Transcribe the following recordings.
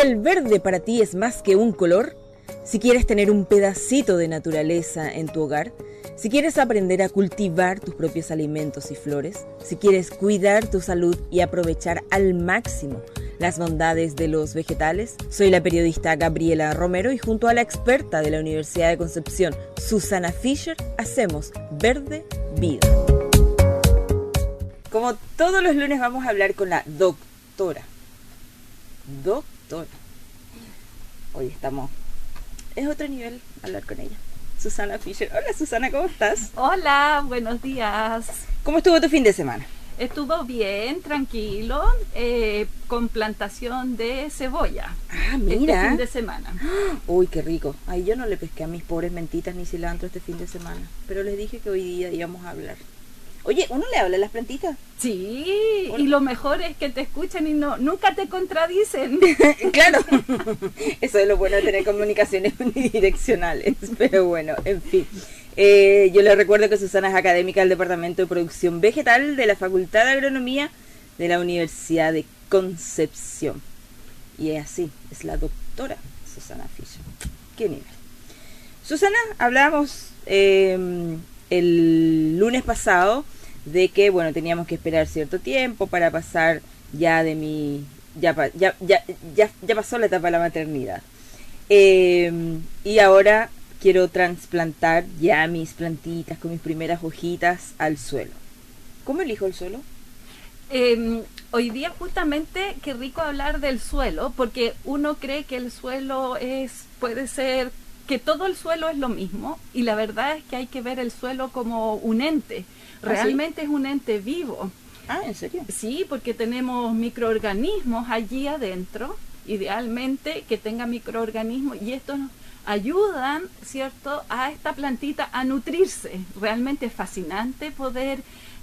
el verde para ti es más que un color, si quieres tener un pedacito de naturaleza en tu hogar, si quieres aprender a cultivar tus propios alimentos y flores, si quieres cuidar tu salud y aprovechar al máximo las bondades de los vegetales, soy la periodista Gabriela Romero y junto a la experta de la Universidad de Concepción, Susana Fischer, hacemos Verde Vida. Como todos los lunes vamos a hablar con la doctora. Hoy estamos... Es otro nivel hablar con ella. Susana Fischer. Hola Susana, ¿cómo estás? Hola, buenos días. ¿Cómo estuvo tu fin de semana? Estuvo bien, tranquilo, con plantación de cebolla. Ah, mira. Este fin de semana. Uy, qué rico. Ay, yo no le pesqué a mis pobres mentitas ni cilantro este fin de semana, pero les dije que hoy día íbamos a hablar. Oye, ¿uno le habla a las plantitas? Sí, y lo mejor es que te escuchan y nunca te contradicen. Claro, eso es lo bueno de tener comunicaciones unidireccionales, pero bueno, en fin. Yo les recuerdo que Susana es académica del Departamento de Producción Vegetal de la Facultad de Agronomía de la Universidad de Concepción. Y es así, es la doctora Susana Fischer. ¿Qué nivel? Susana, hablamos el lunes pasado de que, bueno, teníamos que esperar cierto tiempo para pasar ya de mi... Ya pasó la etapa de la maternidad. Y ahora quiero trasplantar ya mis plantitas con mis primeras hojitas al suelo. ¿Cómo elijo el suelo? Hoy día justamente qué rico hablar del suelo, porque uno cree que el suelo puede ser, que todo el suelo es lo mismo, y la verdad es que hay que ver el suelo como un ente. Realmente es un ente vivo. Ah, ¿en serio? Sí, porque tenemos microorganismos allí adentro, idealmente que tenga microorganismos, y estos ayudan, ¿cierto?, a esta plantita a nutrirse. Realmente es fascinante poder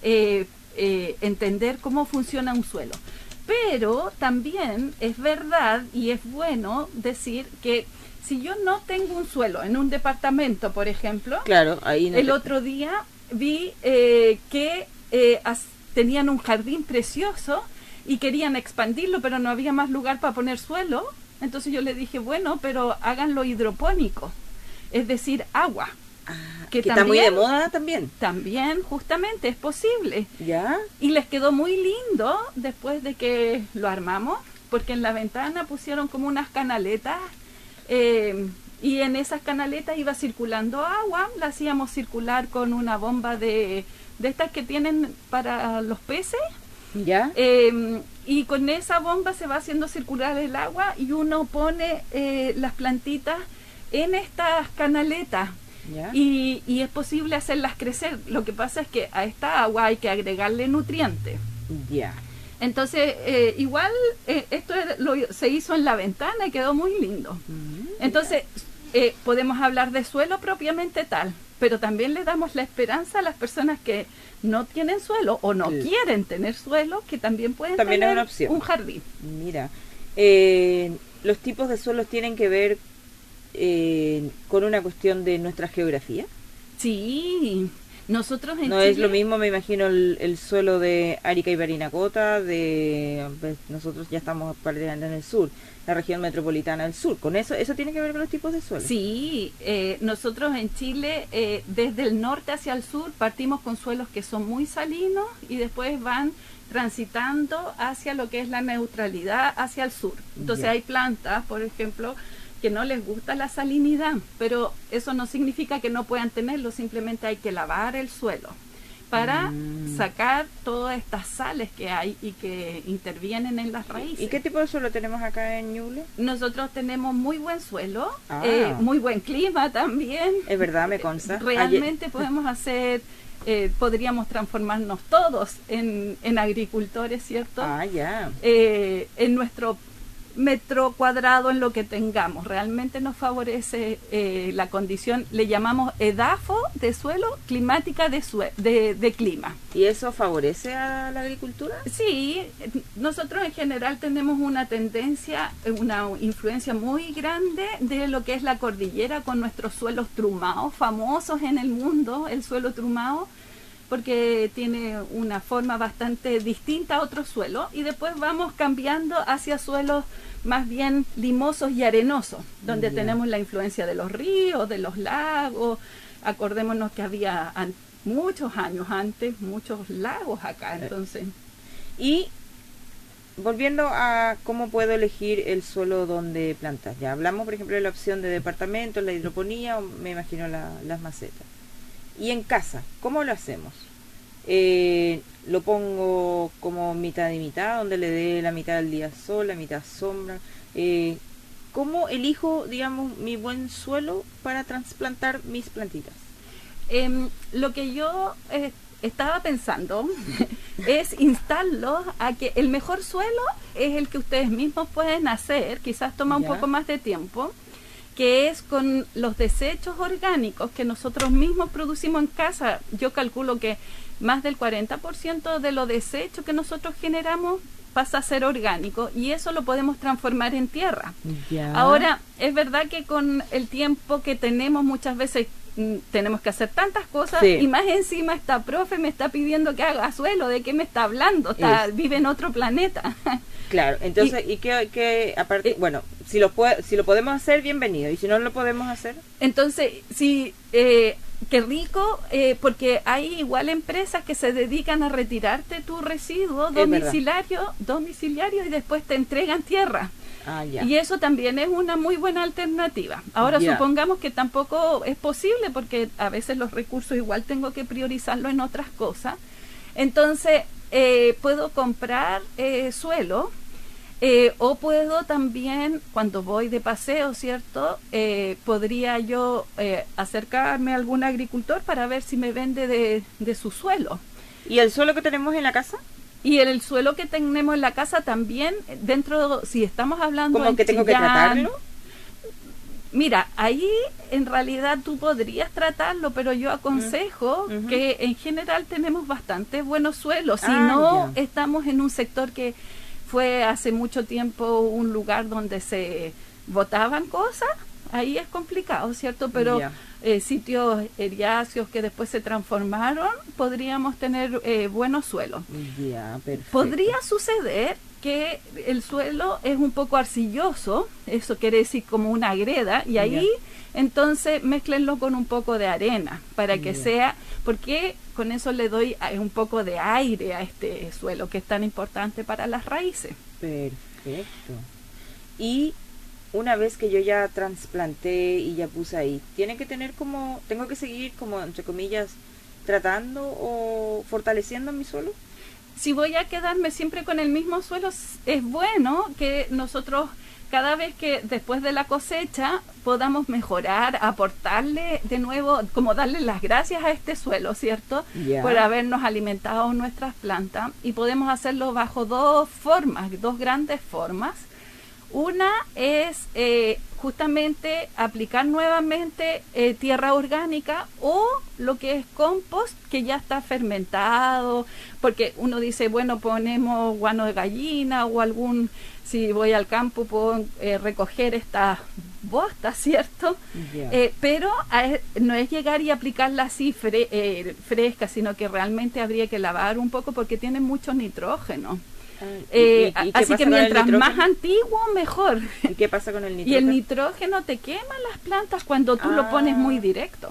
entender cómo funciona un suelo. Pero también es verdad y es bueno decir que si yo no tengo un suelo en un departamento, por ejemplo, claro, ahí no el otro día vi que tenían un jardín precioso y querían expandirlo, pero no había más lugar para poner suelo. Entonces yo le dije, bueno, pero háganlo hidropónico, es decir, agua. Que está muy de moda también. También, justamente, es posible. ¿Ya? Y les quedó muy lindo después de que lo armamos, porque en la ventana pusieron como unas canaletas, y en esas canaletas iba circulando agua, la hacíamos circular con una bomba de estas que tienen para los peces. ¿Ya? Y con esa bomba se va haciendo circular el agua y uno pone las plantitas en estas canaletas. ¿Ya? Y es posible hacerlas crecer. Lo que pasa es que a esta agua hay que agregarle nutrientes. Ya. Entonces, igual esto se hizo en la ventana y quedó muy lindo. Entonces, podemos hablar de suelo propiamente tal, pero también le damos la esperanza a las personas que no tienen suelo o no quieren tener suelo, que también pueden tener una opción. Un jardín. Mira, los tipos de suelos tienen que ver con una cuestión de nuestra geografía. Sí, nosotros en no Chile, es lo mismo, me imagino, el suelo de Arica y Parinacota, nosotros ya estamos partiendo en el sur, la región metropolitana del sur. ¿Con eso tiene que ver con los tipos de suelo? Sí, nosotros en Chile, desde el norte hacia el sur, partimos con suelos que son muy salinos y después van transitando hacia lo que es la neutralidad hacia el sur. Entonces hay plantas, por ejemplo, que no les gusta la salinidad, pero eso no significa que no puedan tenerlo, simplemente hay que lavar el suelo para sacar todas estas sales que hay y que intervienen en las raíces. ¿Y qué tipo de suelo tenemos acá en Ñuble? Nosotros tenemos muy buen suelo, muy buen clima también. Es verdad, me consta. Realmente podemos hacer, podríamos transformarnos todos en agricultores, ¿cierto? Ya. En nuestro metro cuadrado, en lo que tengamos, realmente nos favorece la condición, le llamamos EDAFO de suelo, climática de clima. ¿Y eso favorece a la agricultura? Sí, nosotros en general tenemos una tendencia, una influencia muy grande de lo que es la cordillera con nuestros suelos trumados, famosos en el mundo, el suelo trumado, porque tiene una forma bastante distinta a otros suelos, y después vamos cambiando hacia suelos más bien limosos y arenosos, donde tenemos la influencia de los ríos, de los lagos. Acordémonos que había muchos años antes muchos lagos acá, entonces. Y volviendo a cómo puedo elegir el suelo donde plantar. Ya hablamos, por ejemplo, de la opción de departamento, la hidroponía, o me imagino las macetas. Y en casa, ¿cómo lo hacemos? Lo pongo como mitad y mitad, donde le dé la mitad del día sol, la mitad sombra. ¿Cómo elijo, digamos, mi buen suelo para trasplantar mis plantitas? Lo que yo estaba pensando es instarlos a que el mejor suelo es el que ustedes mismos pueden hacer, quizás toma un poco más de tiempo, que es con los desechos orgánicos que nosotros mismos producimos en casa. Yo calculo que más del 40% de los desechos que nosotros generamos pasa a ser orgánico, y eso lo podemos transformar en tierra. Ahora, es verdad que con el tiempo que tenemos muchas veces tenemos que hacer tantas cosas, y más encima esta profe me está pidiendo que haga suelo. ¿De qué me está hablando? Vive en otro planeta. Claro, entonces, y que aparte, bueno, si lo podemos hacer, bienvenido, y si no lo podemos hacer, entonces, sí, qué rico, porque hay igual empresas que se dedican a retirarte tu residuo domiciliario y después te entregan tierra. Y eso también es una muy buena alternativa. Ahora, supongamos que tampoco es posible, porque a veces los recursos igual tengo que priorizarlo en otras cosas. Entonces, puedo comprar suelo, o puedo también, cuando voy de paseo, ¿cierto? Podría yo acercarme a algún agricultor para ver si me vende de su suelo. ¿Y el suelo que tenemos en la casa? Y el suelo que tenemos en la casa también, si estamos hablando ¿Cómo que tengo que tratarlo? Mira, ahí en realidad tú podrías tratarlo, pero yo aconsejo que en general tenemos bastante buenos suelos. Si no estamos en un sector que fue hace mucho tiempo un lugar donde se botaban cosas, ahí es complicado, ¿cierto? Pero sitios eriáceos que después se transformaron, podríamos tener buenos suelos. Podría suceder que el suelo es un poco arcilloso, eso quiere decir como una greda, y ahí entonces mézclenlo con un poco de arena para que sea, porque con eso le doy un poco de aire a este suelo que es tan importante para las raíces. Perfecto. Y una vez que yo ya trasplanté y ya puse ahí, tengo que seguir como, entre comillas, tratando o fortaleciendo mi suelo. Si voy a quedarme siempre con el mismo suelo, es bueno que nosotros cada vez que después de la cosecha podamos mejorar, aportarle de nuevo, como darle las gracias a este suelo, ¿cierto? Por habernos alimentado nuestras plantas, y podemos hacerlo bajo dos grandes formas. Una es justamente aplicar nuevamente tierra orgánica, o lo que es compost que ya está fermentado, porque uno dice, bueno, ponemos guano de gallina o si voy al campo puedo recoger estas bostas, ¿cierto? Pero no es llegar y aplicarla así fresca, sino que realmente habría que lavar un poco porque tiene mucho nitrógeno. Así que mientras más antiguo, mejor. ¿Y qué pasa con el nitrógeno? Y el nitrógeno te quema las plantas cuando tú lo pones muy directo.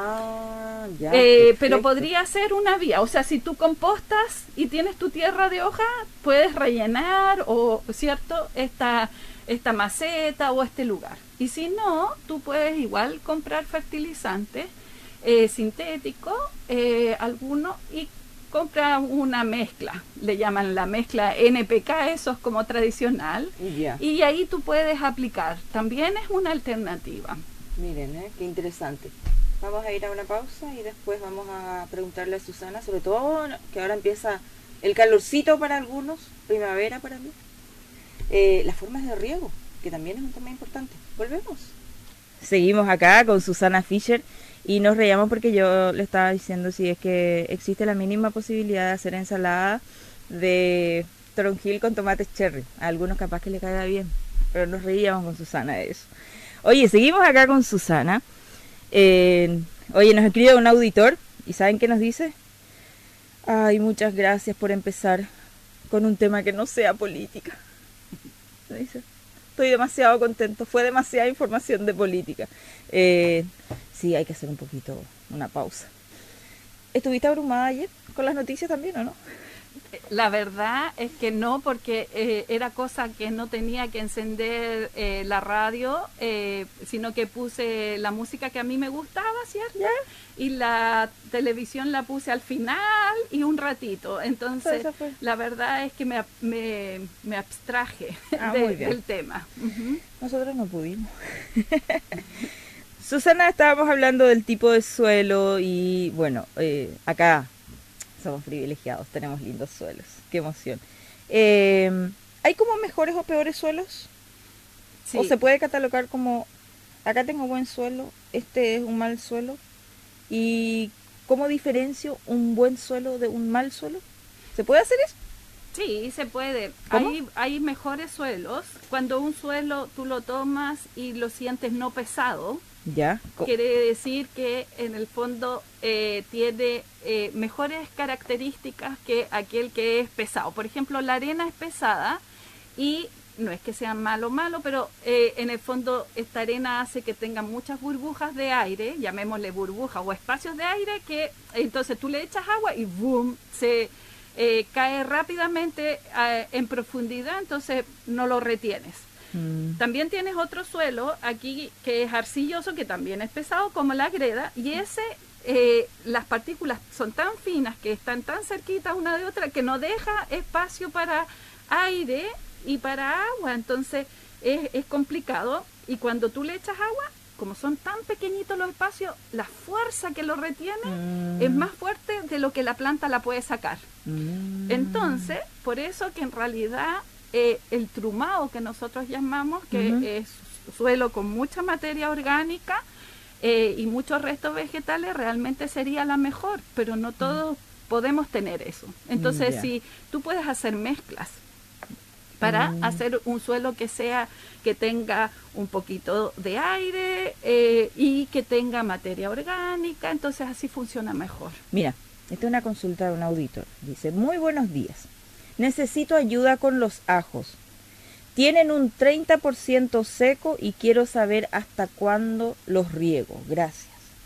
Pero podría ser una vía. O sea, si tú compostas y tienes tu tierra de hoja, puedes rellenar, ¿cierto? Esta maceta o este lugar. Y si no, tú puedes igual comprar fertilizantes sintéticos, algunos, y compra una mezcla, le llaman la mezcla NPK, eso es como tradicional, y ahí tú puedes aplicar, también es una alternativa. Miren, qué interesante. Vamos a ir a una pausa y después vamos a preguntarle a Susana, sobre todo que ahora empieza el calorcito para algunos, primavera para mí, las formas de riego, que también es un tema importante. Volvemos. Seguimos acá con Susana Fischer. Y nos reíamos porque yo le estaba diciendo si es que existe la mínima posibilidad de hacer ensalada de toronjil con tomates cherry. A algunos capaz que le caiga bien, pero nos reíamos con Susana de eso. Oye, seguimos acá con Susana. Oye, nos escribe un auditor y ¿saben qué nos dice? Ay, muchas gracias por empezar con un tema que no sea política. Dice, estoy demasiado contento, fue demasiada información de política. Sí, hay que hacer un poquito una pausa. ¿Estuviste abrumada ayer con las noticias también o no? La verdad es que no, porque era cosa que no tenía que encender la radio, sino que puse la música que a mí me gustaba, ¿cierto? ¿Ya? Y la televisión la puse al final y un ratito. Entonces, fue. la verdad es que me abstraje Muy bien. del tema. Uh-huh. Nosotros no pudimos. Susana, estábamos hablando del tipo de suelo y bueno, acá somos privilegiados, tenemos lindos suelos, qué emoción. ¿Hay como mejores o peores suelos? Sí. ¿O se puede catalogar como, acá tengo buen suelo, este es un mal suelo? ¿Y cómo diferencio un buen suelo de un mal suelo? ¿Se puede hacer eso? Sí, se puede. ¿Cómo? Hay mejores suelos. Cuando un suelo tú lo tomas y lo sientes no pesado, Ya. quiere decir que en el fondo tiene mejores características que aquel que es pesado. Por ejemplo, la arena es pesada y no es que sea malo, pero en el fondo esta arena hace que tenga muchas burbujas de aire, llamémosle burbujas o espacios de aire, que entonces tú le echas agua y ¡boom! Se cae rápidamente en profundidad, entonces no lo retienes. También tienes otro suelo aquí que es arcilloso, que también es pesado, como la greda, y ese las partículas son tan finas que están tan cerquitas una de otra que no deja espacio para aire y para agua, entonces es complicado. Y cuando tú le echas agua, como son tan pequeñitos los espacios, la fuerza que lo retiene es más fuerte de lo que la planta la puede sacar. Entonces, por eso que en realidad el trumado que nosotros llamamos, que es suelo con mucha materia orgánica y muchos restos vegetales, realmente sería la mejor, pero no todos podemos tener eso. Entonces, si tú puedes hacer mezclas para hacer un suelo que tenga un poquito de aire y que tenga materia orgánica, entonces así funciona mejor. Mira, esta es una consulta de un auditor. Dice, muy buenos días. Necesito ayuda con los ajos. Tienen un 30% seco y quiero saber hasta cuándo los riego. Gracias.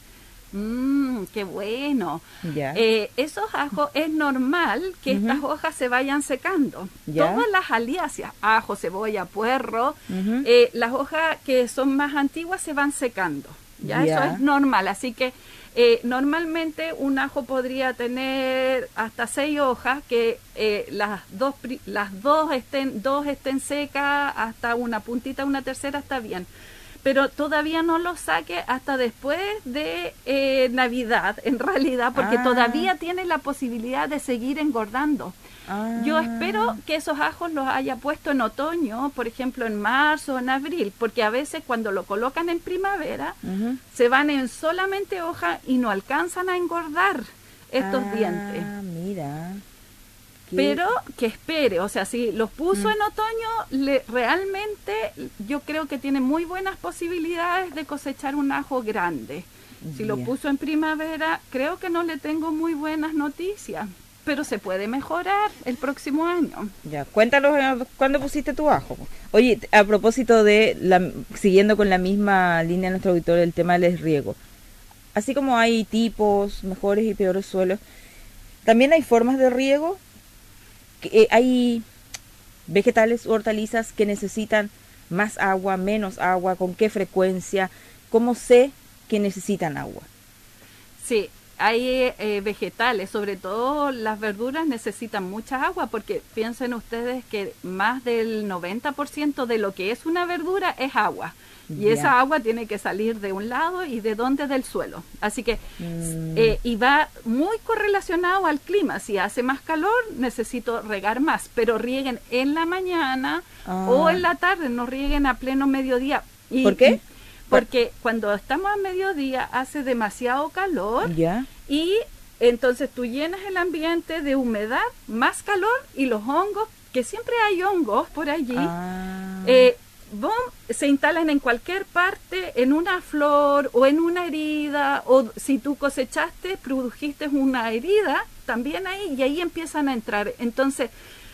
¡Qué bueno! Ya. Esos ajos es normal que estas hojas se vayan secando. Ya. Todas las aliáceas, ajo, cebolla, puerro, las hojas que son más antiguas se van secando. ¿Ya? Eso es normal. Así que normalmente un ajo podría tener hasta 6 hojas, que las dos estén secas, hasta una puntita, una tercera está bien. Pero todavía no lo saque hasta después de Navidad, en realidad, porque todavía tiene la posibilidad de seguir engordando. Yo espero que esos ajos los haya puesto en otoño, por ejemplo en marzo o en abril, porque a veces cuando lo colocan en primavera se van en solamente hoja y no alcanzan a engordar estos dientes. Mira. Pero que espere, o sea, si los puso en otoño, realmente yo creo que tiene muy buenas posibilidades de cosechar un ajo grande. Si lo puso en primavera, creo que no le tengo muy buenas noticias, pero se puede mejorar el próximo año. Ya, cuéntanos cuándo pusiste tu ajo. Oye, a propósito siguiendo con la misma línea de nuestro auditor, el tema del riego. Así como hay tipos, mejores y peores suelos, también hay formas de riego. Hay vegetales u hortalizas que necesitan más agua, menos agua, con qué frecuencia, cómo sé que necesitan agua. Sí, hay vegetales, sobre todo las verduras necesitan mucha agua, porque piensen ustedes que más del 90% de lo que es una verdura es agua. Y esa agua tiene que salir de un lado y de dónde, del suelo. Así que, y va muy correlacionado al clima. Si hace más calor, necesito regar más, pero rieguen en la mañana o en la tarde, no rieguen a pleno mediodía. ¿Por qué? Porque cuando estamos a mediodía hace demasiado calor y entonces tú llenas el ambiente de humedad, más calor, y los hongos, que siempre hay hongos por allí, boom, se instalan en cualquier parte, en una flor o en una herida, o si tú cosechaste, produjiste una herida, también ahí, y ahí empiezan a entrar. Entonces,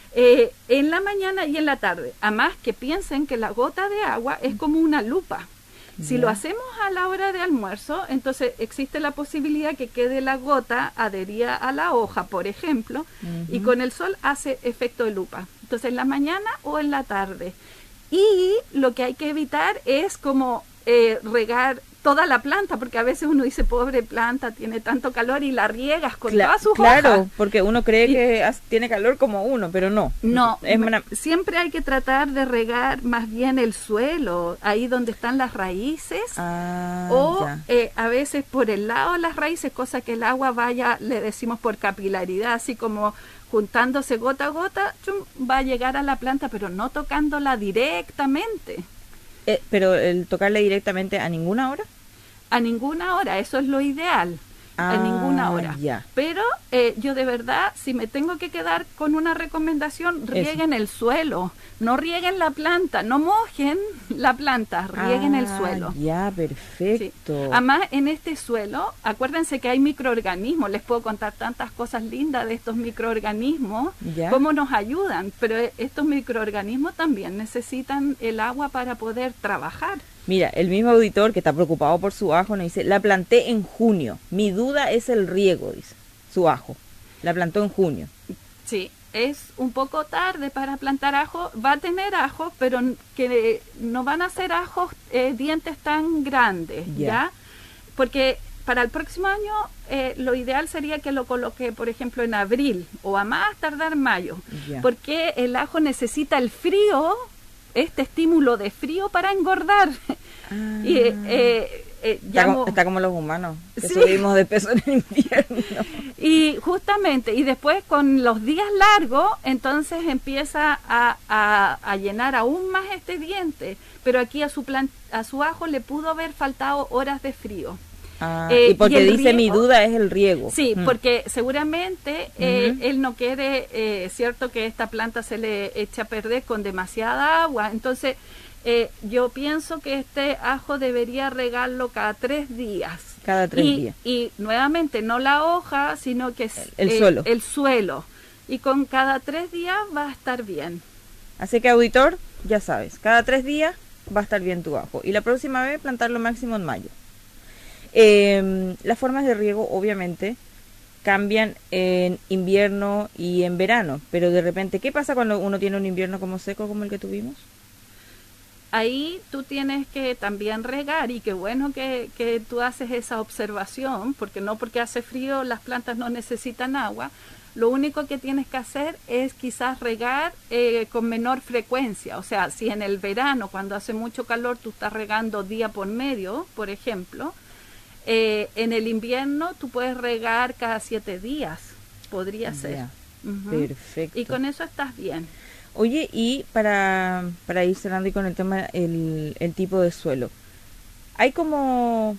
en la mañana y en la tarde, además que piensen que la gota de agua es como una lupa. Si lo hacemos a la hora de almuerzo, entonces existe la posibilidad que quede la gota adherida a la hoja, por ejemplo, y con el sol hace efecto de lupa. Entonces, en la mañana o en la tarde. Y lo que hay que evitar es como regar toda la planta, porque a veces uno dice, pobre planta, tiene tanto calor, y la riegas con todas sus hojas. Claro, porque uno cree que tiene calor como uno, pero no. No, siempre hay que tratar de regar más bien el suelo, ahí donde están las raíces, o a veces por el lado de las raíces, cosa que el agua vaya, le decimos por capilaridad, así como juntándose gota a gota, va a llegar a la planta, pero no tocándola directamente. Pero el tocarle directamente a ninguna hora. A ninguna hora, eso es lo ideal. En ninguna hora. Ya. Pero yo de verdad, si me tengo que quedar con una recomendación, rieguen el suelo, no rieguen la planta, no mojen la planta, rieguen el suelo. Ya, perfecto. Sí. Además, en este suelo, acuérdense que hay microorganismos, les puedo contar tantas cosas lindas de estos microorganismos, cómo nos ayudan, pero estos microorganismos también necesitan el agua para poder trabajar. Mira, el mismo auditor que está preocupado por su ajo nos dice, la planté en junio. Mi duda es el riego, dice, su ajo. La plantó en junio. Sí, es un poco tarde para plantar ajo. Va a tener ajo, pero que no van a ser ajos dientes tan grandes, ¿ya? Porque para el próximo año lo ideal sería que lo coloque, por ejemplo, en abril o a más tardar mayo. Porque el ajo necesita el frío, este estímulo de frío para engordar. Y está como los humanos, que subimos de peso en el invierno. Y justamente, y después con los días largos, entonces empieza a llenar aún más este diente. Pero aquí a su ajo le pudo haber faltado horas de frío. Y porque dice riego, mi duda es el riego. Sí, porque seguramente él no quiere, cierto, que esta planta se le eche a perder con demasiada agua. Entonces, yo pienso que este ajo debería regarlo cada 3 días. Cada 3 días. Y nuevamente, no la hoja, sino que es suelo. El suelo. Y con cada 3 días va a estar bien. Así que, auditor, ya sabes, cada 3 días va a estar bien tu ajo. Y la próxima vez plantarlo máximo en mayo. Las formas de riego obviamente cambian en invierno y en verano, pero de repente, ¿qué pasa cuando uno tiene un invierno como seco como el que tuvimos? Ahí tú tienes que también regar, y qué bueno que tú haces esa observación, porque no porque hace frío las plantas no necesitan agua. Lo único que tienes que hacer es quizás regar con menor frecuencia. O sea, si en el verano, cuando hace mucho calor, tú estás regando día por medio, por ejemplo, en el invierno tú puedes regar cada 7 días, podría ser. Perfecto. Y con eso estás bien. Oye, y para ir cerrando y con el tema, el tipo de suelo, ¿hay como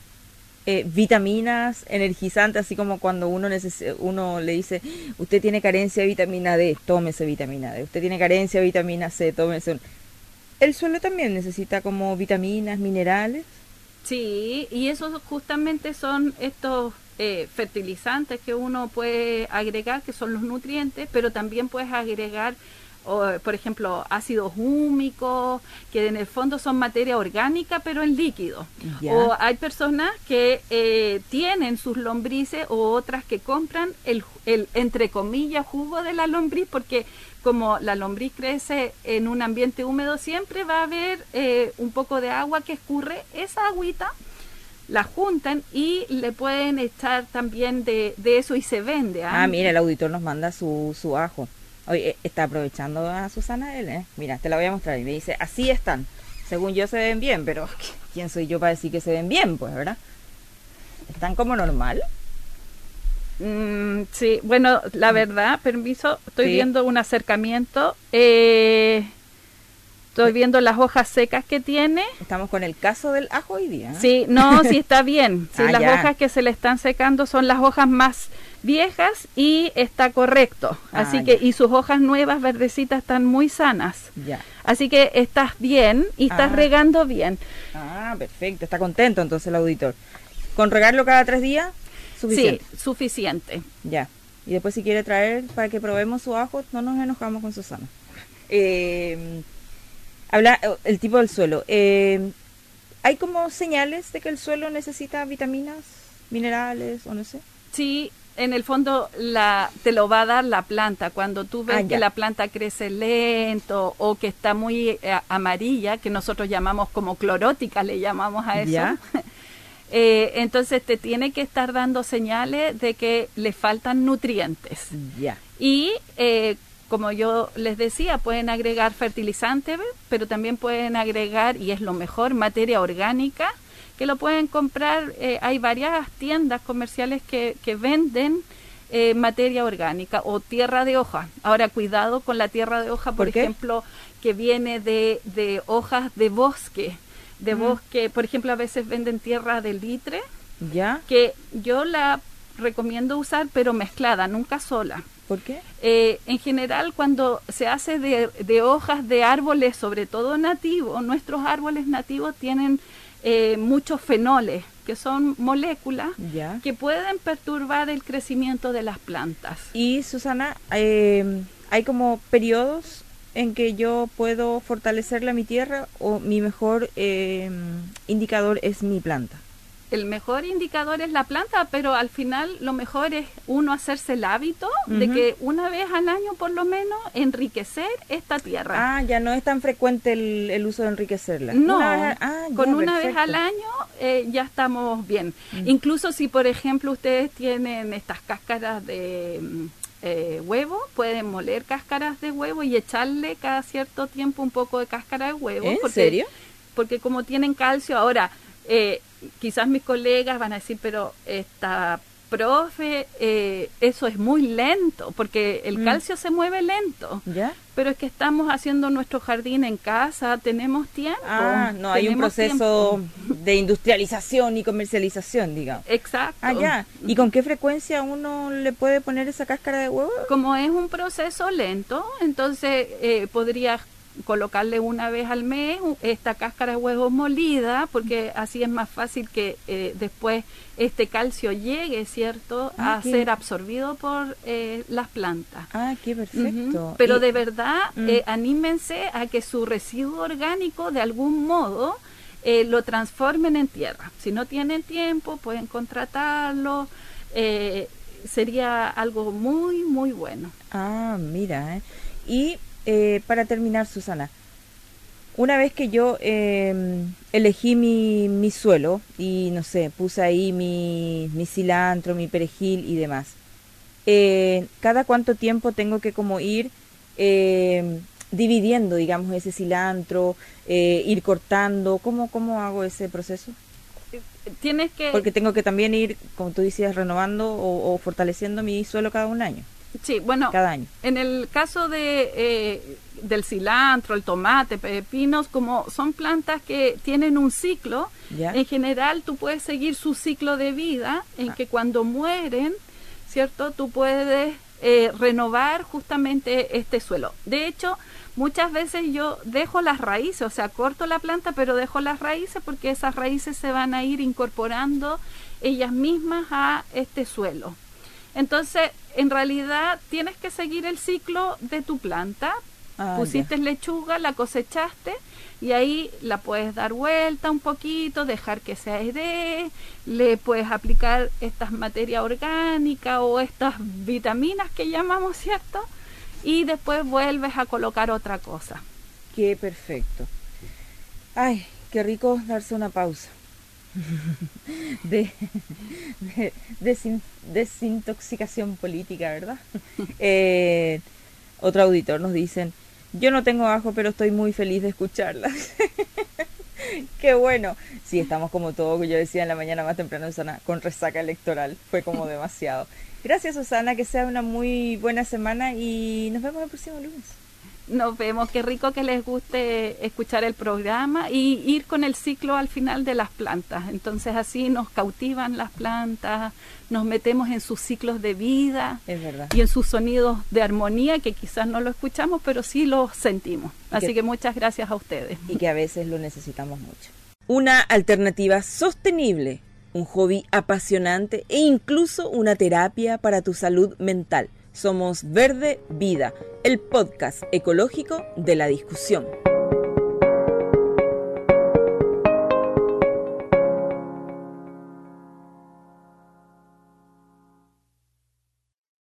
vitaminas energizantes, así como cuando uno le dice, usted tiene carencia de vitamina D, tómese vitamina D, usted tiene carencia de vitamina C, tómese ¿El suelo también necesita como vitaminas, minerales? Sí, y esos justamente son estos fertilizantes que uno puede agregar, que son los nutrientes, pero también puedes agregar, por ejemplo, ácidos húmicos, que en el fondo son materia orgánica, pero en líquido. O hay personas que tienen sus lombrices, o otras que compran el entre comillas, jugo de la lombriz, porque como la lombriz crece en un ambiente húmedo, siempre va a haber un poco de agua que escurre. Esa agüita la juntan y le pueden echar también de eso, y se vende. Mira, el auditor nos manda su ajo. Oye, está aprovechando a Susana él, ¿eh? Mira, te la voy a mostrar. Y me dice, así están. Según yo se ven bien, pero ¿quién soy yo para decir que se ven bien? Pues, ¿verdad? ¿Están como normal? Sí, bueno, la verdad, permiso, estoy viendo un acercamiento. Estoy viendo las hojas secas que tiene. Estamos con el caso del ajo hoy día, ¿eh? Sí, no, sí está bien. Sí, las hojas que se le están secando son las hojas más viejas y está correcto. Así que, y sus hojas nuevas, verdecitas, están muy sanas. Ya. Así que estás bien y estás regando bien. Ah, perfecto. Está contento entonces el auditor. ¿Con regarlo cada 3 días? Suficiente. Sí, suficiente. Ya. Y después si quiere traer para que probemos su ajo, no nos enojamos con Susana. Habla el tipo del suelo. ¿Hay como señales de que el suelo necesita vitaminas, minerales o no sé? Sí, en el fondo te lo va a dar la planta. Cuando tú ves que la planta crece lento o que está muy amarilla, que nosotros llamamos como clorótica, le llamamos a eso. ¿Ya? Entonces te tiene que estar dando señales de que le faltan nutrientes. Ya. Y como yo les decía, pueden agregar fertilizante, pero también pueden agregar, y es lo mejor, materia orgánica, que lo pueden comprar. Hay varias tiendas comerciales que venden materia orgánica o tierra de hoja. Ahora, cuidado con la tierra de hoja, por ejemplo, que viene de hojas de bosque. Bosque, por ejemplo, a veces venden tierra de litre, ¿ya? Que yo la recomiendo usar, pero mezclada, nunca sola. ¿Por qué? En general, cuando se hace de hojas de árboles, sobre todo nativos, nuestros árboles nativos tienen muchos fenoles, que son moléculas que pueden perturbar el crecimiento de las plantas. Y Susana, hay como periodos en que yo puedo fortalecerla mi tierra, o mi mejor indicador es mi planta. El mejor indicador es la planta, pero al final lo mejor es uno hacerse el hábito de que una vez al año por lo menos enriquecer esta tierra. Ah, ya no es tan frecuente el uso de enriquecerla. No, una vez al año ya estamos bien. Incluso si por ejemplo ustedes tienen estas cáscaras de huevo, pueden moler cáscaras de huevo y echarle cada cierto tiempo un poco de cáscara de huevo. ¿En serio? Porque como tienen calcio, ahora quizás mis colegas van a decir, pero esta profe, eso es muy lento, porque el calcio se mueve lento. ¿Ya? Pero es que estamos haciendo nuestro jardín en casa, tenemos tiempo. No hay un proceso de industrialización y comercialización, digamos. Exacto. Ya. ¿Y con qué frecuencia uno le puede poner esa cáscara de huevo? Como es un proceso lento, entonces podrías colocarle una vez al mes esta cáscara de huevo molida, porque así es más fácil que después este calcio llegue, ¿cierto?, a ser absorbido por las plantas. Qué perfecto. Pero de verdad, anímense a que su residuo orgánico de algún modo lo transformen en tierra. Si no tienen tiempo, pueden contratarlo. Sería algo muy, muy bueno. Mira, Y para terminar, Susana, una vez que yo elegí mi suelo y, no sé, puse ahí mi cilantro, mi perejil y demás, ¿cada cuánto tiempo tengo que como ir dividiendo, digamos, ese cilantro, ir cortando? ¿Cómo hago ese proceso? Tienes que... Porque tengo que también ir, como tú decías, renovando o fortaleciendo mi suelo cada un año. Sí, bueno, cada año. En el caso del cilantro, el tomate, pepinos, como son plantas que tienen un ciclo, en general tú puedes seguir su ciclo de vida, en que cuando mueren, ¿cierto?, tú puedes renovar justamente este suelo. De hecho, muchas veces yo dejo las raíces, o sea, corto la planta, pero dejo las raíces porque esas raíces se van a ir incorporando ellas mismas a este suelo. Entonces, en realidad, tienes que seguir el ciclo de tu planta. Pusiste lechuga, la cosechaste y ahí la puedes dar vuelta un poquito, dejar que se airee, le puedes aplicar estas materias orgánicas o estas vitaminas que llamamos, ¿cierto? Y después vuelves a colocar otra cosa. Qué perfecto. Ay, qué rico darse una pausa. Desintoxicación política, ¿verdad? Otro auditor nos dicen: yo no tengo ajo, pero estoy muy feliz de escucharlas. Qué bueno. Sí, estamos como todo, yo decía en la mañana más temprano, Susana, con resaca electoral. Fue como demasiado. Gracias, Susana, que sea una muy buena semana y nos vemos el próximo lunes. Nos vemos, qué rico que les guste escuchar el programa y ir con el ciclo al final de las plantas. Entonces así nos cautivan las plantas, nos metemos en sus ciclos de vida. Es verdad. Y en sus sonidos de armonía que quizás no lo escuchamos, pero sí los sentimos. Así que muchas gracias a ustedes. Y que a veces lo necesitamos mucho. Una alternativa sostenible, un hobby apasionante e incluso una terapia para tu salud mental. Somos Verde Vida, el podcast ecológico de La Discusión.